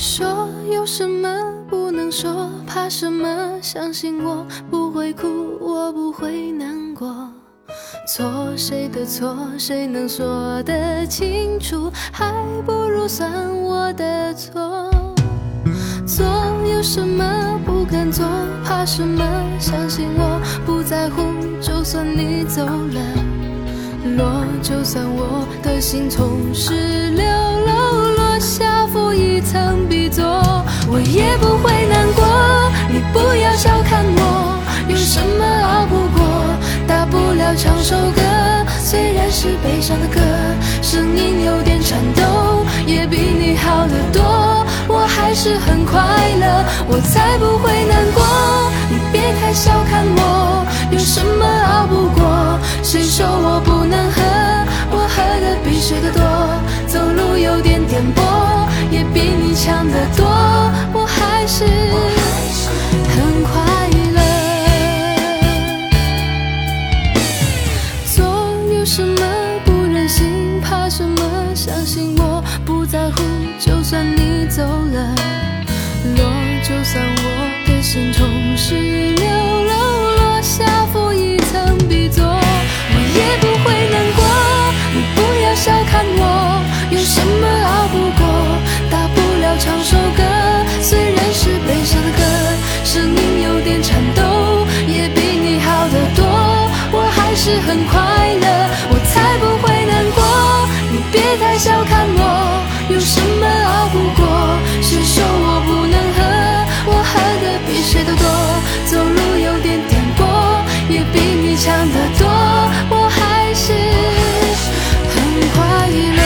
说有什么不能说，怕什么？相信我不会哭，我不会难过。错谁的错，谁能说得清楚？还不如算我的错。做有什么不敢做，怕什么？相信我不在乎，就算你走了，落就算我的心从16楼落下，负一层 B 座，我也不会难过。你不要小看我，有什么熬不过？大不了唱首歌，虽然是悲伤的歌，声音有点颤抖，也比你好得多。我还是很快乐，我才不会难过。你别太小看我，有什么熬不过？谁说我不能喝？我喝的比谁的多，走路有点颠簸，也比你强得多。我还是很快乐。做有什么不忍心，怕什么？相信我不在乎，就算你走了，落就算我的心从16楼落下，负一层 B 座，我也不会难过。你不要小看我，有什么熬不过？大不了唱首歌，虽然是悲伤的歌，声音有点颤抖，也比你好得多。我还是很快乐，我才不会难过。你别太小看我，有什么熬不过？谁说我不能喝？我喝的比谁都多，走路有点颠簸，也比你强得多。我还是很快乐。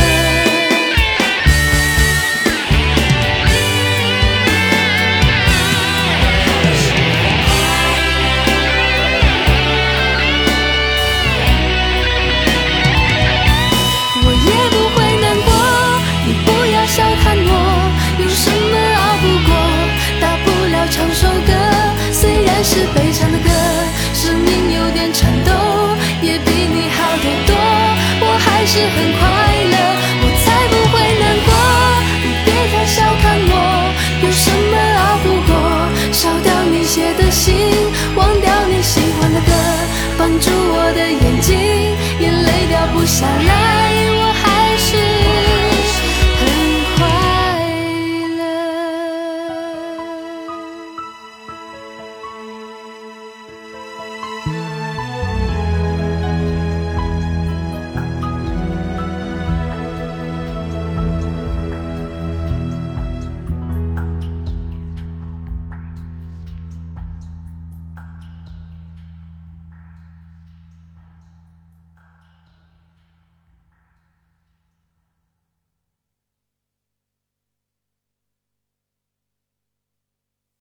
我也不会难过，你不要小看我，有什么熬不过？大不了唱首歌，虽然是悲伤的歌，声音有点颤抖，也比你好得多。我还是很快乐，我才不会难过。你别太小看我，有什么熬不过？烧掉你写的信，忘掉你喜欢的歌，绑住我的眼睛，眼泪掉不下来。